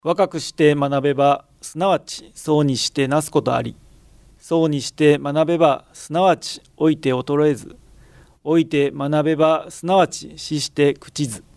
若くして学べば、すなわちそうにしてなすことあり。そうにして学べば、すなわち老いて衰えず。老いて学べば、すなわち死して朽ちず。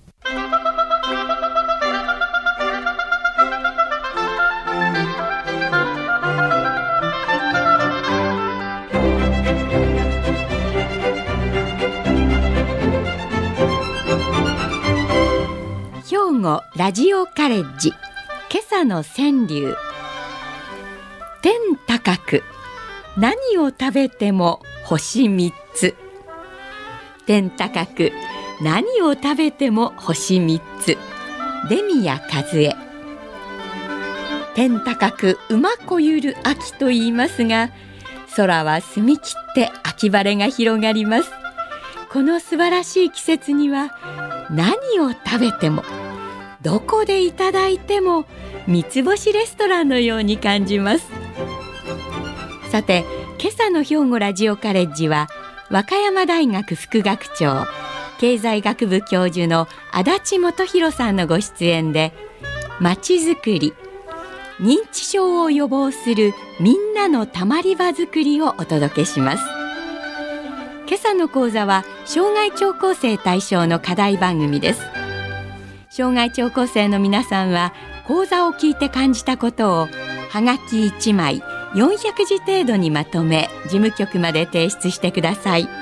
兵庫ラジオカレッジ今朝の川柳。天高く何を食べても星3つ。天高く何を食べても星3つ。出宮和恵。天高く馬こゆる秋と言いますが、空は澄み切って秋晴れが広がります。この素晴らしい季節には、何を食べてもどこでいただいても三つ星レストランのように感じます。さて、今朝の兵庫ラジオカレッジは、和歌山大学副学長経済学部教授の足立元弘さんのご出演で、まちづくり、認知症を予防するみんなのたまり場づくりをお届けします。今朝の講座は障害聴講生対象の課題番組です。障害聴講生の皆さんは、講座を聞いて感じたことをはがき1枚400字程度にまとめ、事務局まで提出してください。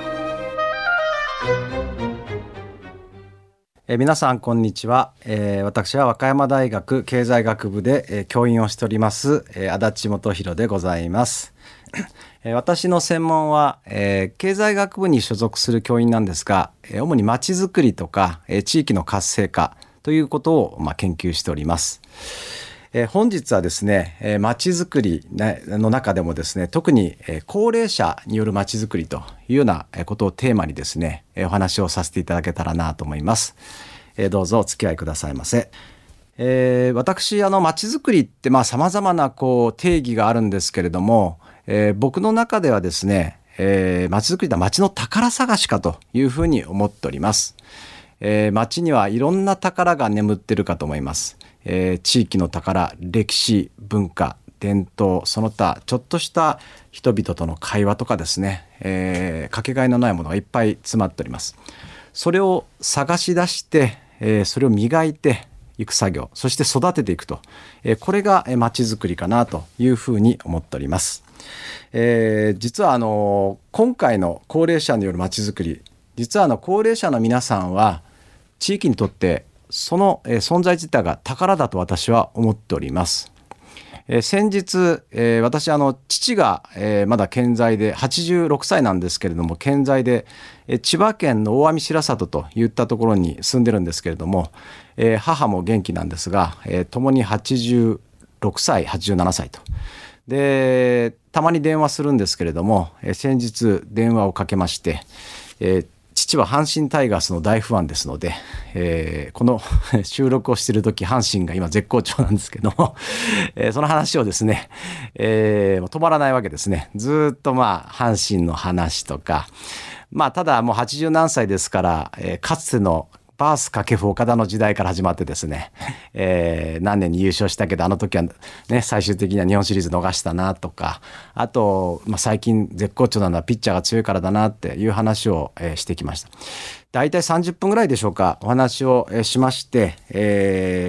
皆さんこんにちは。私は和歌山大学経済学部で、教員をしております、足立元弘でございます。私の専門は、経済学部に所属する教員なんですが、主にまちづくりとか、地域の活性化ということを、研究しております。本日はですね、まちづくりの中でもですね、特に高齢者によるまちづくりというようなことをテーマにですね、お話をさせていただけたらなと思います。どうぞお付き合いくださいませ。私まちづくりって様々な定義があるんですけれども、僕の中ではですね、まちづくりはまちの宝探しかというふうに思っております。まちにはいろんな宝が眠っているかと思います。地域の宝、歴史、文化、伝統、その他ちょっとした人々との会話とかですね、かけがえのないものがいっぱい詰まっております。それを探し出して、それを磨いていく作業、そして育てていくと、これがまちづくりかなというふうに思っております。実は今回の高齢者によるまちづくり、実は高齢者の皆さんは地域にとってその存在自体が宝だと私は思っております。先日、私父がまだ健在で86歳なんですけれども、健在で千葉県の大網白里といったところに住んでるんですけれども、母も元気なんですが、共に86歳87歳とで、たまに電話するんですけれども、先日電話をかけまして、父は阪神タイガースの大ファンですので、この収録をしている時、阪神が今絶好調なんですけども、その話をですね、止まらないわけですね。ずっと阪神の話とか、ただもう80何歳ですから、かつてのバース掛布岡田の時代から始まってですね、何年に優勝したけどあの時はね、最終的には日本シリーズ逃したなとか、あと、最近絶好調なのはピッチャーが強いからだなっていう話を、してきました。だいたい30分ぐらいでしょうか、お話を、しまして、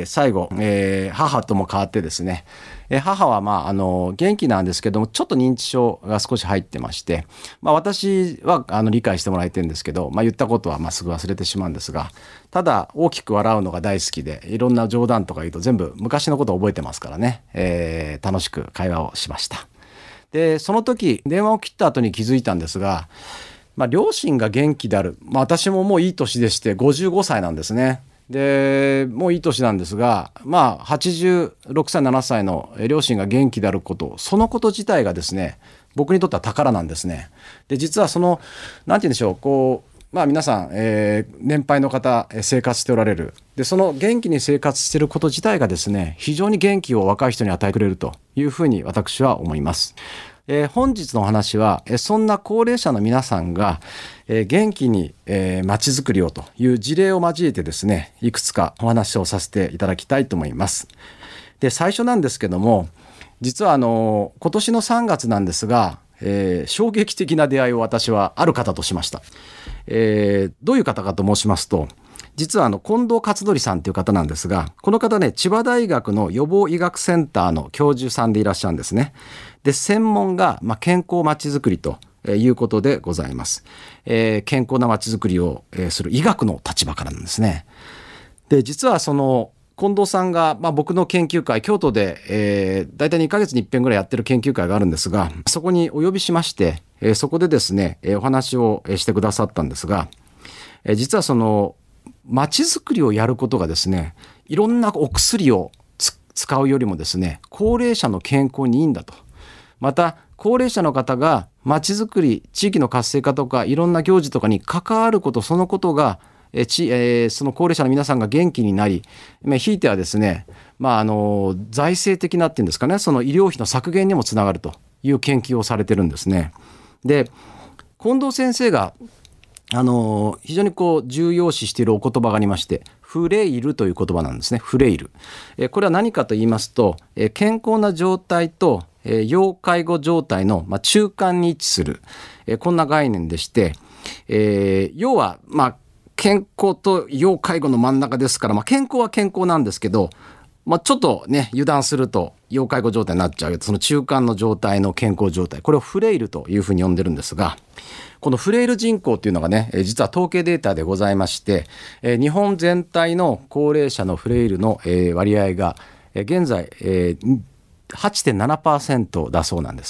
最後、母とも変わってですね、母は元気なんですけども、ちょっと認知症が少し入ってまして、私は理解してもらえてるんですけど、言ったことはすぐ忘れてしまうんですが、ただ大きく笑うのが大好きで、いろんな冗談とか言うと全部昔のことを覚えてますからね、楽しく会話をしました。で、その時電話を切った後に気づいたんですが、両親が元気である、私ももういい年でして55歳なんですね。でもういい年なんですが、86歳7歳の両親が元気であること、そのこと自体がですね、僕にとっては宝なんですね。で、実はなんて言うんでしょう、皆さん、年配の方生活しておられる。で、その元気に生活していること自体がですね、非常に元気を若い人に与えてくれるというふうに私は思います。本日のお話は、そんな高齢者の皆さんが、元気にまちづくりをという事例を交えてですね、いくつかお話をさせていただきたいと思います。 で最初なんですけども、実は今年の3月なんですが、衝撃的な出会いを私はある方としました。どういう方かと申しますと、実は近藤勝則さんという方なんですが、この方ね、千葉大学の予防医学センターの教授さんでいらっしゃるんですね。で専門が、健康まちづくりということでございます。健康なまちづくりをする医学の立場からなんですね。で実はその近藤さんが、僕の研究会、京都で、だいたい2ヶ月に1遍ぐらいやってる研究会があるんですが、そこにお呼びしまして、そこでですね、お話をしてくださったんですが、実はそのまちづくりをやることがですね、いろんなお薬を使うよりもですね、高齢者の健康にいいんだと。また高齢者の方がまちづくり、地域の活性化とかいろんな行事とかに関わること、そのことがその高齢者の皆さんが元気になり、ひいてはですね、財政的なっていうんですかね、その医療費の削減にもつながるという研究をされてるんですね。で近藤先生が非常に重要視しているお言葉がありまして、フレイルという言葉なんですね。フレイル、これは何かと言いますと、健康な状態と要介護状態の中間に位置する、こんな概念でして、要は健康と要介護の真ん中ですから、健康は健康なんですけど、ちょっとね油断すると要介護状態になっちゃう、その中間の状態の健康状態、これをフレイルというふうに呼んでるんですが、このフレイル人口というのがね、実は統計データでございまして、日本全体の高齢者のフレイルの割合が現在 8.7% だそうなんです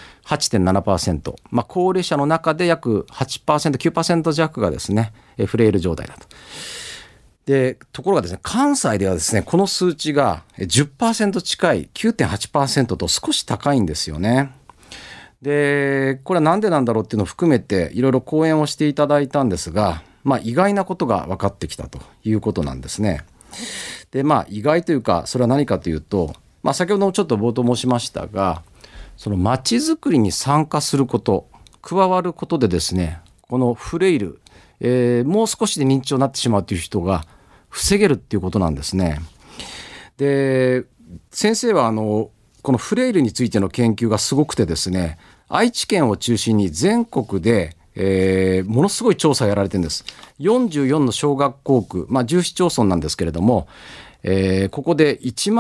。8.7%、高齢者の中で約 8%、9% 弱がですねフレイル状態だと。でところがですね、関西ではですね、この数値が 10% 近い 9.8% と少し高いんですよね。でこれは何でなんだろうっていうのを含めていろいろ講演をしていただいたんですが、意外なことが分かってきたということなんですね。で意外というか、それは何かというと、先ほどもちょっと冒頭申しましたが、そのまちづくりに参加すること、加わることでですね、このフレイル、もう少しで認知症になってしまうという人が防げるっていうことなんですね。で先生はこのフレイルについての研究がすごくてですね、愛知県を中心に全国で、ものすごい調査をやられてるんです。44の小学校区、10市町村なんですけれども、ここで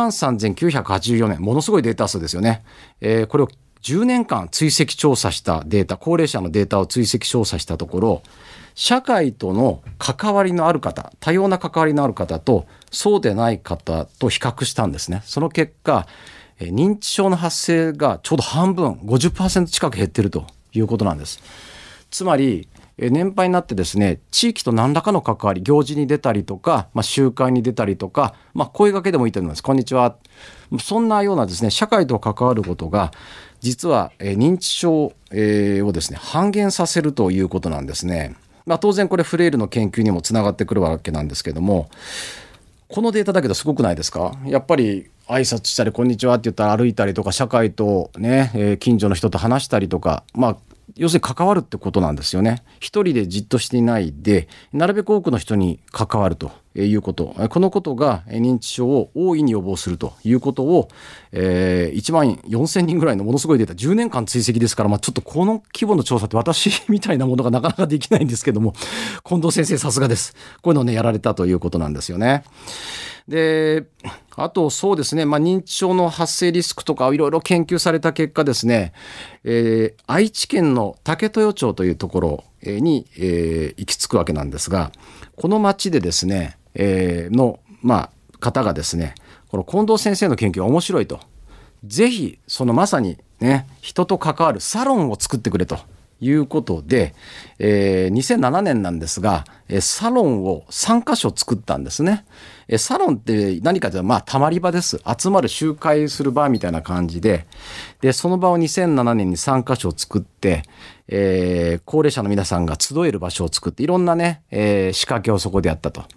13,984 名、ものすごいデータ数ですよね。これを10年間追跡調査したデータ、高齢者のデータを追跡調査したところ、社会との関わりのある方、多様な関わりのある方とそうでない方と比較したんですね。その結果、認知症の発生がちょうど半分、 50% 近く減っているということなんです。つまり年配になってですね、地域と何らかの関わり、行事に出たりとか、集会に出たりとか、声掛けでもいいと思います。こんにちは。そんなようなですね、社会と関わることが実は認知症をですね半減させるということなんですね。当然これフレイルの研究にもつながってくるわけなんですけども、このデータだけどすごくないですか？やっぱり挨拶したりこんにちはって言ったら歩いたりとか、社会とね、近所の人と話したりとか、要するに関わるってことなんですよね。一人でじっとしていないで、なるべく多くの人に関わるということ、このことが認知症を大いに予防するということを、1万4000人ぐらいのものすごいデータ、10年間追跡ですから、ちょっとこの規模の調査って私みたいなものがなかなかできないんですけども、近藤先生さすがです。こういうのをねやられたということなんですよね。であとそうですね、認知症の発生リスクとかいろいろ研究された結果ですね、愛知県の武豊町というところに、行き着くわけなんですが、この町でですね、の、方がですね、この近藤先生の研究は面白いと、ぜひそのまさにね、人と関わるサロンを作ってくれということで、2007年なんですが、サロンを3カ所作ったんですね。サロンって何かというと、たまり場です。集まる集会する場みたいな感じで、その場を2007年に3カ所作って、高齢者の皆さんが集える場所を作って、いろんなね、仕掛けをそこでやったと。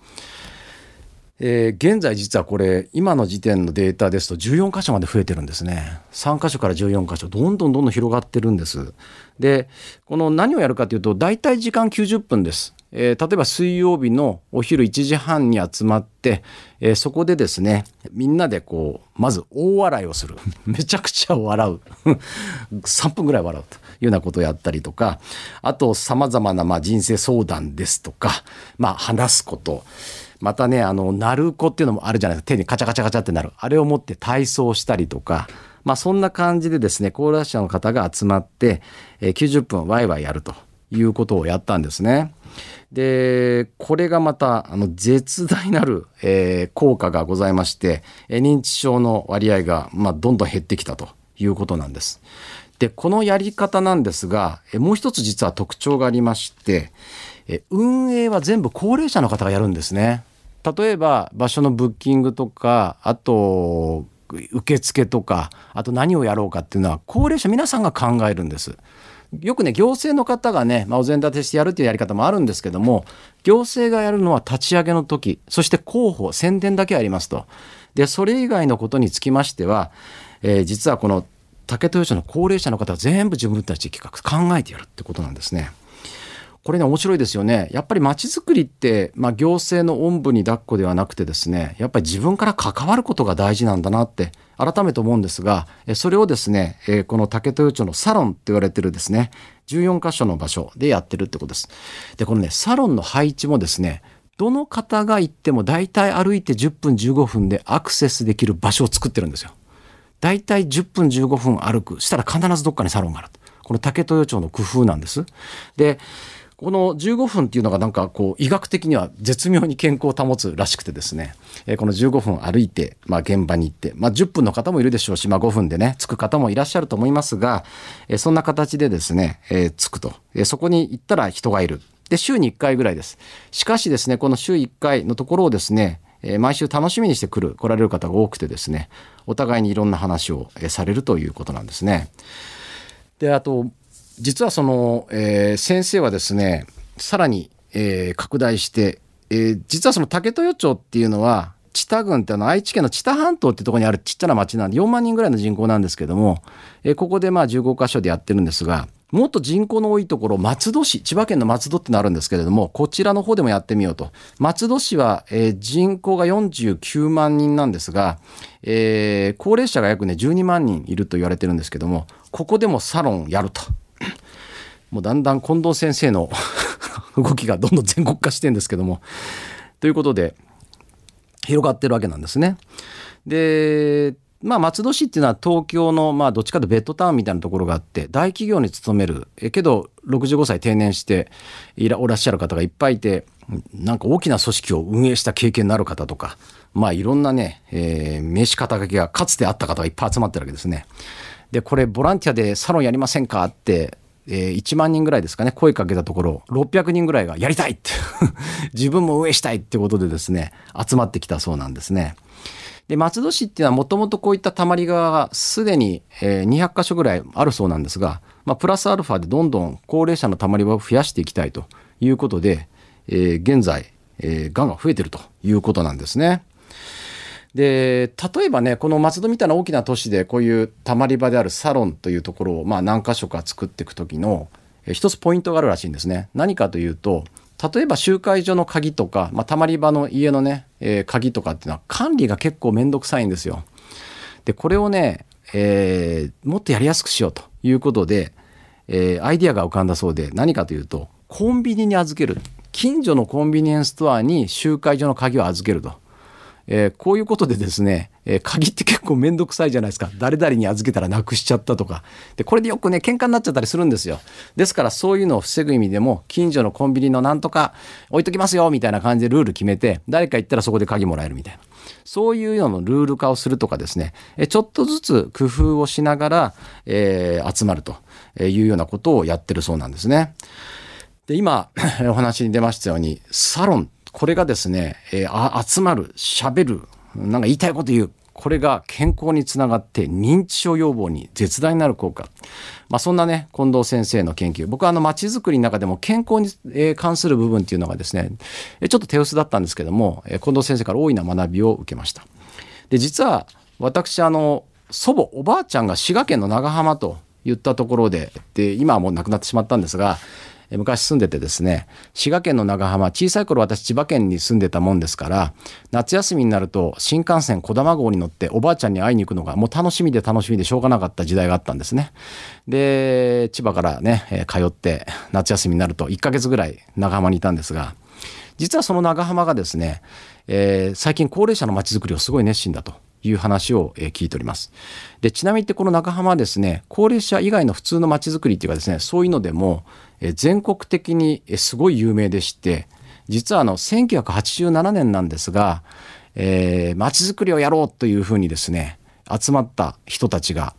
現在実はこれ今の時点のデータですと14カ所まで増えてるんですね。3カ所から14カ所、どんどん広がってるんです。でこの何をやるかというと、だいたい時間90分です。 例えば水曜日のお昼1時半に集まって、そこでですねみんなでまず大笑いをするめちゃくちゃ笑う3分ぐらい笑うというようなことをやったりとか、あとさまざまな人生相談ですとか、話すこと、またね鳴る子っていうのもあるじゃないですか。手にカチャカチャカチャってなるあれを持って体操したりとか、そんな感じでですね高齢者の方が集まって、90分ワイワイやるということをやったんですね。でこれがまた絶大なる、効果がございまして、認知症の割合が、どんどん減ってきたということなんです。でこのやり方なんですが、もう一つ実は特徴がありまして、運営は全部高齢者の方がやるんですね。例えば場所のブッキングとか、あと受付とか、あと何をやろうかっていうのは高齢者皆さんが考えるんです。よくね行政の方がね、お膳立てしてやるというやり方もあるんですけども、行政がやるのは立ち上げの時、そして広報宣伝だけやりますと。でそれ以外のことにつきましては、実はこの竹豊町の高齢者の方が全部自分たちで企画考えてやるってことなんですね。これね面白いですよね。やっぱり街づくりって、行政のおんぶに抱っこではなくてですね、やっぱり自分から関わることが大事なんだなって改めて思うんですが、それをですね、この竹豊町のサロンって言われてるですね14カ所の場所でやってるってことです。でこのねサロンの配置もですね、どの方が行ってもだいたい歩いて10分15分でアクセスできる場所を作ってるんですよ。だいたい10分15分歩くしたら必ずどっかにサロンがあると。この竹豊町の工夫なんです。でこの15分っていうのが医学的には絶妙に健康を保つらしくてですね、この15分歩いて、現場に行って、10分の方もいるでしょうし、5分でね着く方もいらっしゃると思いますが、そんな形でですね、着くと、そこに行ったら人がいる。で週に1回ぐらいです。しかしですねこの週1回のところをですね、毎週楽しみにして来られる方が多くてですね、お互いにいろんな話をされるということなんですね。であと実はその、先生はですねさらに、拡大して、実はその竹豊町っていうのは知多郡って愛知県の知多半島っていうところにあるちっちゃな町なんで4万人ぐらいの人口なんですけども、ここで15カ所でやってるんですが、もっと人口の多いところ松戸市、千葉県の松戸ってのあるんですけれども、こちらの方でもやってみようと。松戸市は、人口が49万人なんですが、高齢者が約ね12万人いると言われてるんですけども、ここでもサロンやると。もうだんだん近藤先生の動きがどんどん全国化してるんですけども、ということで広がってるわけなんですね。で松戸市っていうのは東京のどっちかというとベッドタウンみたいなところがあって、大企業に勤めるけど65歳定年していらっしゃる方がいっぱいいて、大きな組織を運営した経験のある方とか、いろんなね、名刺肩書きがかつてあった方がいっぱい集まってるわけですね。でこれボランティアでサロンやりませんかって1万人ぐらいですかね声かけたところ、600人ぐらいがやりたいって自分も運営したいってことでですね集まってきたそうなんですね。で松戸市っていうのはもともとこういったたまり川がすでに200カ所ぐらいあるそうなんですが、プラスアルファでどんどん高齢者のたまり場を増やしていきたいということで、現在、がんが増えてるということなんですね。で例えばねこの松戸みたいな大きな都市でこういうたまり場であるサロンというところを何か所か作っていく時の一つポイントがあるらしいんですね。何かというと、例えば集会所の鍵とか、たまり場の家のね、鍵とかっていうのは管理が結構めんどくさいんですよ。でこれをね、もっとやりやすくしようということで、アイディアが浮かんだそうで、何かというとコンビニに預ける、近所のコンビニエンスストアに集会所の鍵を預けると。こういうことでですね、鍵って結構めんどくさいじゃないですか。誰々に預けたらなくしちゃったとかで、これでよくね喧嘩になっちゃったりするんですよ。ですからそういうのを防ぐ意味でも、近所のコンビニのなんとか置いときますよみたいな感じでルール決めて、誰か行ったらそこで鍵もらえるみたいな、そういうののルール化をするとかですね、ちょっとずつ工夫をしながら、集まるというようなことをやってるそうなんですね。で今お話に出ましたようにサロン、これがですね、集まる、喋る、言いたいこと言う、これが健康につながって認知症予防に絶大なる効果、そんなね近藤先生の研究、僕は街づくりの中でも健康に関する部分っていうのがですねちょっと手薄だったんですけども、近藤先生から大いな学びを受けました。で実は私祖母おばあちゃんが滋賀県の長浜と言ったところで、今はもうなくなってしまったんですが、昔住んでてですね、滋賀県の長浜、小さい頃私千葉県に住んでたもんですから、夏休みになると新幹線こだま号に乗っておばあちゃんに会いに行くのがもう楽しみでしょうがなかった時代があったんですね。で、千葉からね、通って夏休みになると1ヶ月ぐらい長浜にいたんですが、実はその長浜がですね、最近高齢者のまちづくりをすごい熱心だという話を聞いております。で、ちなみにこの長浜はですね、高齢者以外の普通のまちづくりっていうかですね、そういうのでも全国的にすごい有名でして、実は1987年なんですが、まちづくりをやろうというふうにですね、集まった人たちが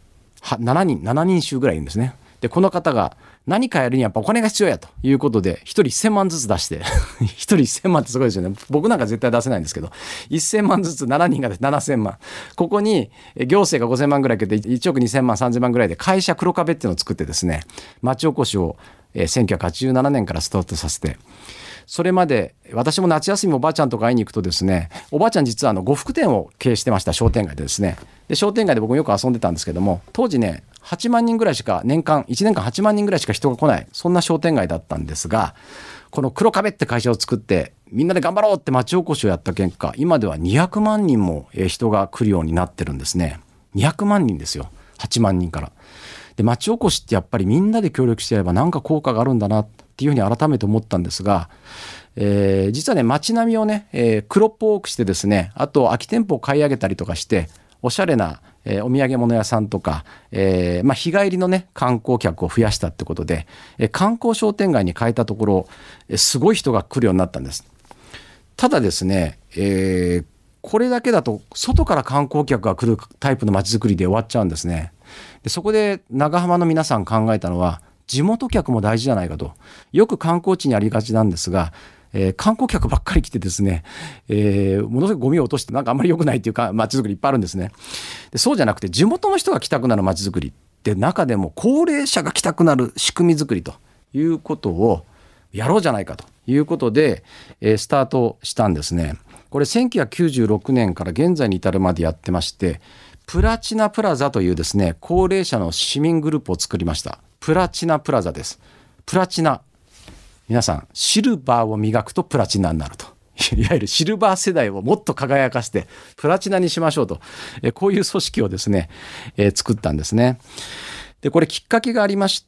7人衆ぐらいいるんですね。で、この方が何かやるにはやっぱお金が必要やということで、1人1000万ずつ出して1人1000万ってすごいですよね。僕なんか絶対出せないんですけど、1000万ずつ7人が7000万、ここに行政が5000万ぐらいかけて1億2000万3000万ぐらいで会社黒壁っていうのを作ってですね、町おこしを1987年からスタートさせて、それまで私も夏休みおばあちゃんとか会いに行くとですね、おばあちゃん実は呉服店を経営してました。商店街でですね。で、商店街で僕もよく遊んでたんですけども、当時ね8万人ぐらいしか1年間8万人ぐらいしか人が来ない、そんな商店街だったんですが、この黒壁って会社を作ってみんなで頑張ろうって町おこしをやった結果、今では200万人も人が来るようになってるんですね。200万人ですよ、8万人から。で、町おこしってやっぱりみんなで協力してやればなんか効果があるんだなっていうふうに改めて思ったんですが、実はね、街並みをね、黒っぽくしてですね、あと空き店舗を買い上げたりとかしておしゃれなお土産物屋さんとか、日帰りのね観光客を増やしたってことで、観光商店街に変えたところ、すごい人が来るようになったんです。ただですね、これだけだと外から観光客が来るタイプの街づくりで終わっちゃうんですね。で、そこで長浜の皆さん考えたのは、地元客も大事じゃないかと。よく観光地にありがちなんですが、観光客ばっかり来てですね、ものすごいゴミを落としてなんかあんまり良くないっていうか街づくりいっぱいあるんですね。で、そうじゃなくて地元の人が来たくなる街づくりって中でも高齢者が来たくなる仕組みづくりということをやろうじゃないかということで、スタートしたんですね。これ1996年から現在に至るまでやってまして、プラチナプラザというですね、高齢者の市民グループを作りました。プラチナプラザです。プラチナ、皆さんシルバーを磨くとプラチナになると、いわゆるシルバー世代をもっと輝かしてプラチナにしましょうと、こういう組織をですね、作ったんですね。で、これきっかけがありまして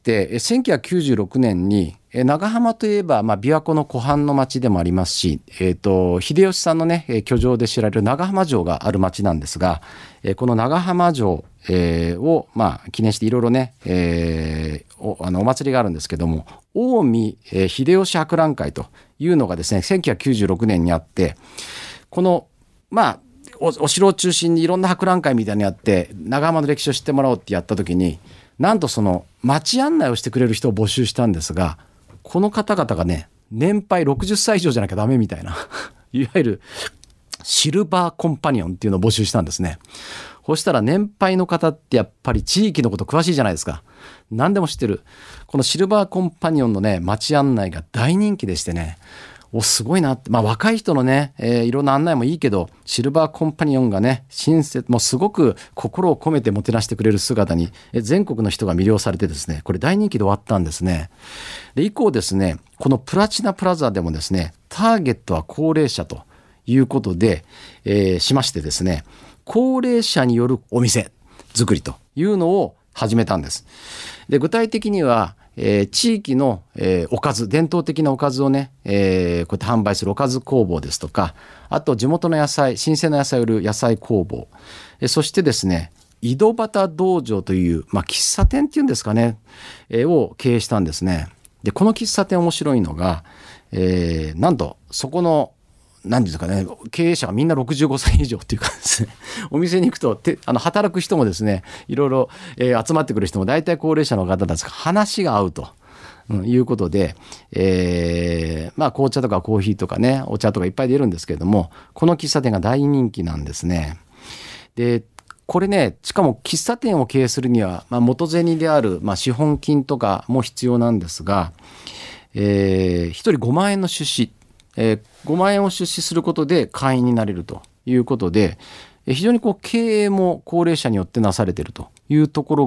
、1996年に長浜といえば、琵琶湖の湖畔の町でもありますし、秀吉さんのね居城で知られる長浜城がある町なんですが、この長浜城を記念していろいろね、お祭りがあるんですけども、近江秀吉博覧会というのがですね1996年にあって、このお城を中心にいろんな博覧会みたいにやって長浜の歴史を知ってもらおうってやった時に、なんとその街案内をしてくれる人を募集したんですが、この方々がね年配60歳以上じゃなきゃダメみたいないわゆるシルバーコンパニオンっていうのを募集したんですね。そしたら年配の方ってやっぱり地域のこと詳しいじゃないですか。何でも知ってる。このシルバーコンパニオンのね街案内が大人気でしてね、すごいなって。若い人のね、いろんな案内もいいけど、シルバーコンパニオンがね親切、もうすごく心を込めてもてなしてくれる姿に全国の人が魅了されてですね、これ大人気で終わったんですね。で、以降ですね、このプラチナプラザでもですね、ターゲットは高齢者ということで、しましてですね、高齢者によるお店作りというのを始めたんです。で、具体的には地域の、おかず、伝統的なおかずをね、こうやって販売するおかず工房ですとか、あと地元の野菜、新鮮な野菜を売る野菜工房、そしてですね、井戸端道場という、喫茶店っていうんですかね、を経営したんですね。で、この喫茶店面白いのが、なんとそこの何ですかね、経営者がみんな65歳以上っていうかですね、お店に行くと働く人もですね、いろいろ、集まってくる人も大体高齢者の方ですが、話が合うということで、紅茶とかコーヒーとかね、お茶とかいっぱい出るんですけれども、この喫茶店が大人気なんですね。で、これね、しかも喫茶店を経営するには、元銭である、資本金とかも必要なんですが、1人5万円の出資、5万円を出資することで会員になれるということで、非常に経営も高齢者によってなされているというところが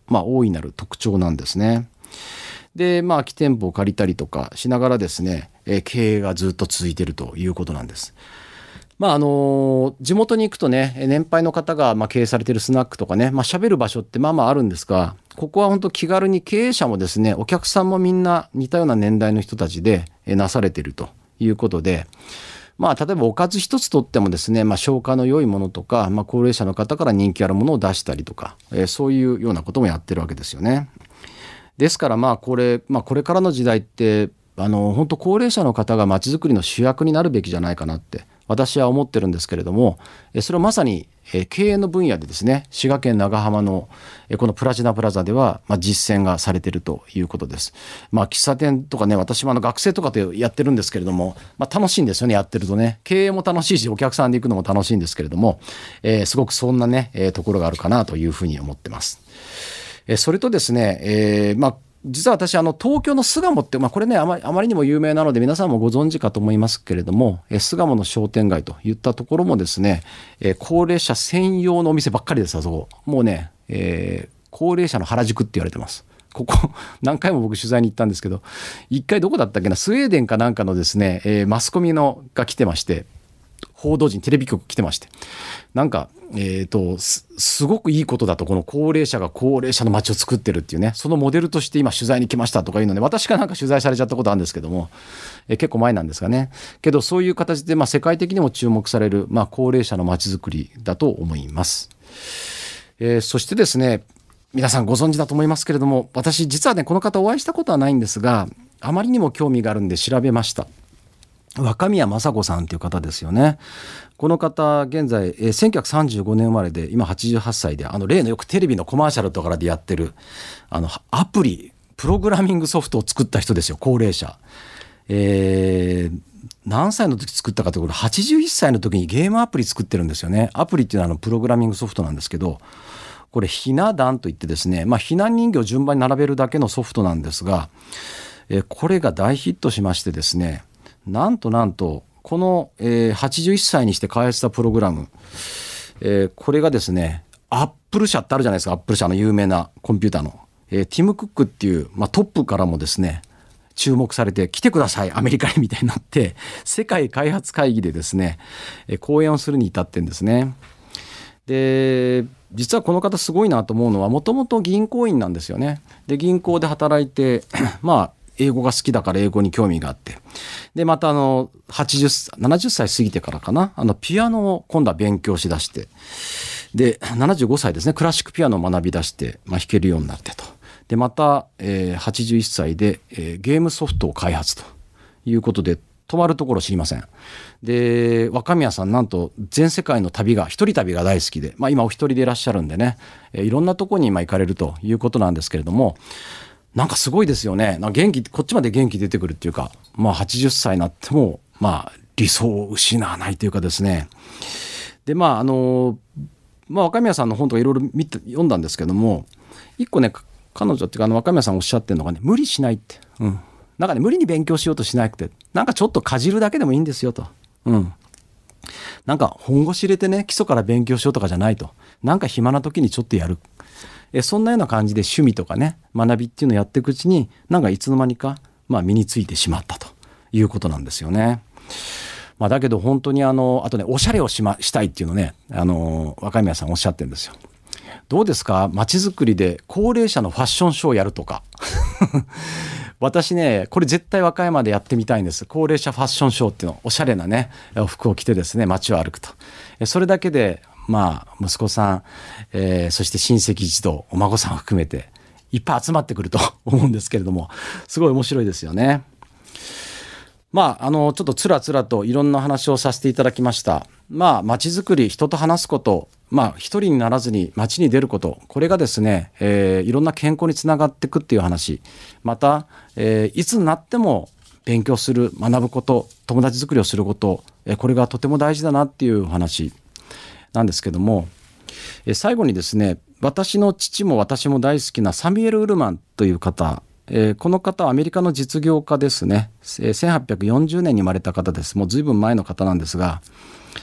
大いなる特徴なんですね。で、空き店舗を借りたりとかしながらですね、経営がずっと続いているということなんです。地元に行くとね、年配の方が経営されているスナックとかね、喋る場所ってあるんですが、ここは本当気軽に経営者もですね、お客さんもみんな似たような年代の人たちでなされているということで、例えばおかず一つとってもですね、消化の良いものとか、高齢者の方から人気あるものを出したりとか、そういうようなこともやってるわけですよね。ですからこれからの時代って本当高齢者の方がまちづくりの主役になるべきじゃないかなって私は思ってるんですけれども、それはまさに経営の分野でですね、滋賀県長浜のこのプラチナプラザでは実践がされているということです。喫茶店とかね、私も学生とかでやってるんですけれども、楽しいんですよね、やってるとね。経営も楽しいし、お客さんで行くのも楽しいんですけれども、すごくそんなね、ところがあるかなというふうに思ってます。それとですね、実は私東京の巣鴨って、これねあまりにも有名なので皆さんもご存知かと思いますけれども、巣鴨の商店街といったところもですね、高齢者専用のお店ばっかりです。あそこもうね、高齢者の原宿って言われてます。ここ何回も僕取材に行ったんですけど、一回どこだったっけな、スウェーデンかなんかのですね、マスコミのが来てまして、報道陣テレビ局来てまして、すごくいいことだと、この高齢者が高齢者の街を作ってるっていうね、そのモデルとして今取材に来ましたとかいうので、私が取材されちゃったことあるんですけども、結構前なんですがね、けどそういう形で世界的にも注目される高齢者の街づくりだと思います。そしてですね、皆さんご存知だと思いますけれども、私実はねこの方お会いしたことはないんですが、あまりにも興味があるんで調べました。若宮正子さんという方ですよね。この方現在1935年生まれで今88歳で、例のよくテレビのコマーシャルとかでやってるアプリプログラミングソフトを作った人ですよ、高齢者。何歳の時作ったかというと、81歳の時にゲームアプリ作ってるんですよね。アプリっていうのはプログラミングソフトなんですけど、これひな壇といってですね、ひな人形を順番に並べるだけのソフトなんですが、これが大ヒットしましてですね、なんとこの、81歳にして開発したプログラム、これがですね、アップル社ってあるじゃないですか。アップル社の有名なコンピューターの、ティム・クックっていう、トップからもですね注目されて、来てくださいアメリカにみたいになって、世界開発会議でですね、講演をするに至ってんですね。で実はこの方すごいなと思うのは、もともと銀行員なんですよね。で銀行で働いて英語が好きだから英語に興味があって、でまた70歳過ぎてからかな、ピアノを今度は勉強しだして、で75歳ですね、クラシックピアノを学び出して、弾けるようになってと。でまた、81歳で、ゲームソフトを開発ということで、泊まるところ知りません。で若宮さんなんと全世界の一人旅が大好きで、今お一人でいらっしゃるんでね、いろんなところに行かれるということなんですけれども、なんかすごいですよね。こっちまで元気出てくるっていうか、80歳になっても理想を失わないというかですね。で若宮さんの本とかいろいろ読んだんですけども、一個ね、彼女っていうか若宮さんおっしゃってるのがね、無理しないって、無理に勉強しようとしなくて、ちょっとかじるだけでもいいんですよと。本腰入れてね、基礎から勉強しようとかじゃないと。暇な時にちょっとやる。そんなような感じで趣味とかね、学びっていうのをやっていくうちに、いつの間にか身についてしまったということなんですよね。だけど本当にあとね、おしゃれをしたいっていうのね、若宮さんおっしゃってるんですよ。どうですか、街づくりで高齢者のファッションショーをやるとか私ね、これ絶対和歌山でやってみたいんです。高齢者ファッションショーっていうの、おしゃれなね服を着てですね、街を歩くと。それだけで息子さん、そして親戚一同、お孫さんを含めていっぱい集まってくると思うんですけれども、すごい面白いですよね。ちょっとつらつらといろんな話をさせていただきました。街づくり、人と話すこと、一人にならずに街に出ること、これがですね、いろんな健康につながっていくっていう話、また、いつになっても勉強する、学ぶこと、友達づくりをすること、これがとても大事だなっていう話なんですけども、最後にですね、私の父も私も大好きなサミュエル・ウルマンという方、この方はアメリカの実業家ですね。1840年に生まれた方です。もう随分前の方なんですが、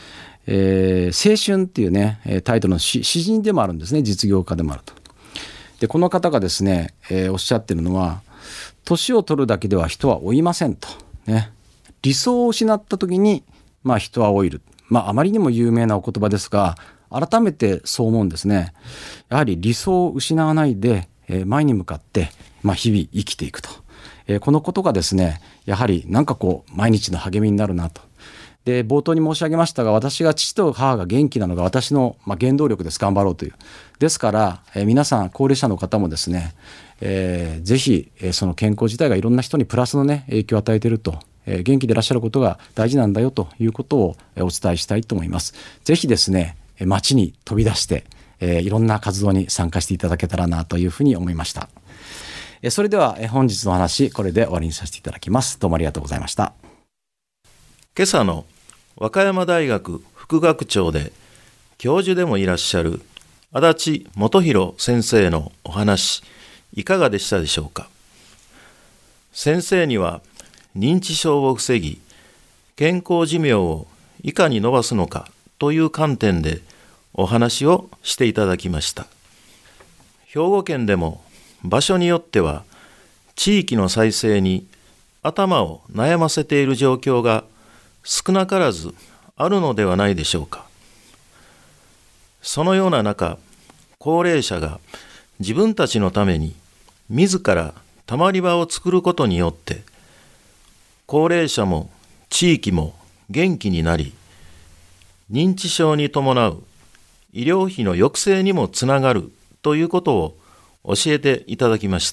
青春っていうねタイトルの詩人でもあるんですね。実業家でもあると。 でこの方がですね、おっしゃってるのは、年を取るだけでは人は老いませんと、ね、理想を失った時に、人は老いる、あまりにも有名なお言葉ですが、改めてそう思うんですね。やはり理想を失わないで、前に向かって、日々生きていくと、このことがですね、やはり毎日の励みになるなと。で冒頭に申し上げましたが、私が父と母が元気なのが私の原動力です。頑張ろうという。ですから、皆さん高齢者の方もですね、ぜひその健康自体がいろんな人にプラスの影響を与えていると、元気でいらっしゃることが大事なんだよということをお伝えしたいと思います。ぜひですね、街に飛び出して、いろんな活動に参加していただけたらなというふうに思いました。それでは本日の話、これで終わりにさせていただきます。どうもありがとうございました。 今朝の和歌山大学副学長で教授でもいらっしゃる足立元弘先生のお話、いかがでしたでしょうか。先生には認知症を防ぎ、健康寿命をいかに伸ばすのかという観点でお話をしていただきました。兵庫県でも場所によっては地域の再生に頭を悩ませている状況が少なからずあるのではないでしょうか。そのような中、高齢者が自分たちのために自らたまり場を作ることによって、高齢者も地域も元気になり、認知症に伴う医療費の抑制にもつながるということを教えていただきました。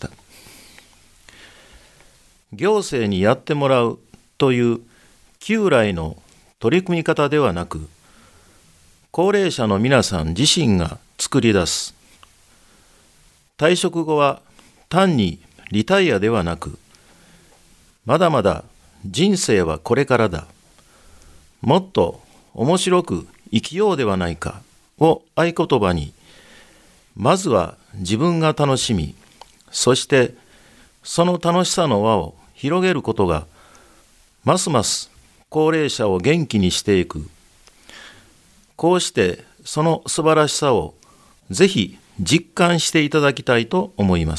行政にやってもらうという旧来の取り組み方ではなく、高齢者の皆さん自身が作り出す、退職後は単にリタイアではなく、まだまだ人生はこれからだ、もっと面白く生きようではないかを合言葉に、まずは自分が楽しみ、そしてその楽しさの輪を広げることが、ますます高齢者を元気にしていく。こうしてその素晴らしさをぜひ実感していただきたいと思います。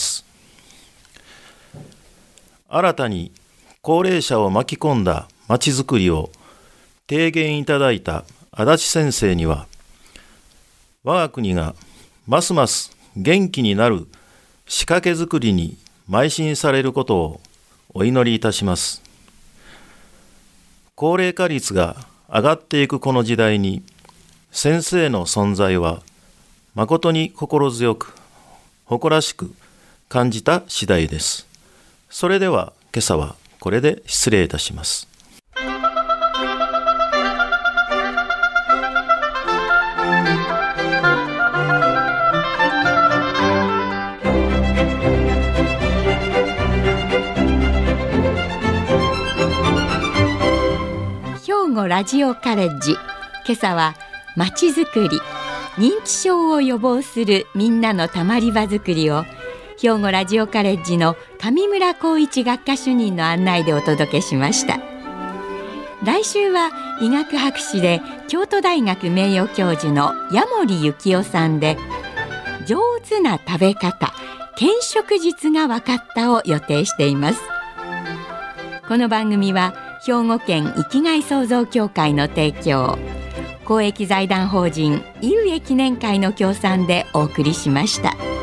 新たに高齢者を巻き込んだまちづくりを提言いただいた足立先生には、我が国がますます元気になる仕掛けづくりに邁進されることをお祈りいたします。高齢化率が上がっていくこの時代に、先生の存在は誠に心強く、誇らしく感じた次第です。それでは今朝はこれで失礼いたします。 兵庫ラジオカレッジ、今朝はまちづくり、認知症を予防するみんなのたまり場づくりを兵庫ラジオカレッジの上村光一学科主任の案内でお届けしました。来週は医学博士で京都大学名誉教授の矢守幸夫さんで、上手な食べ方、健食術が分かったを予定しています。この番組は兵庫県生きがい創造協会の提供、公益財団法人井上記念会の協賛でお送りしました。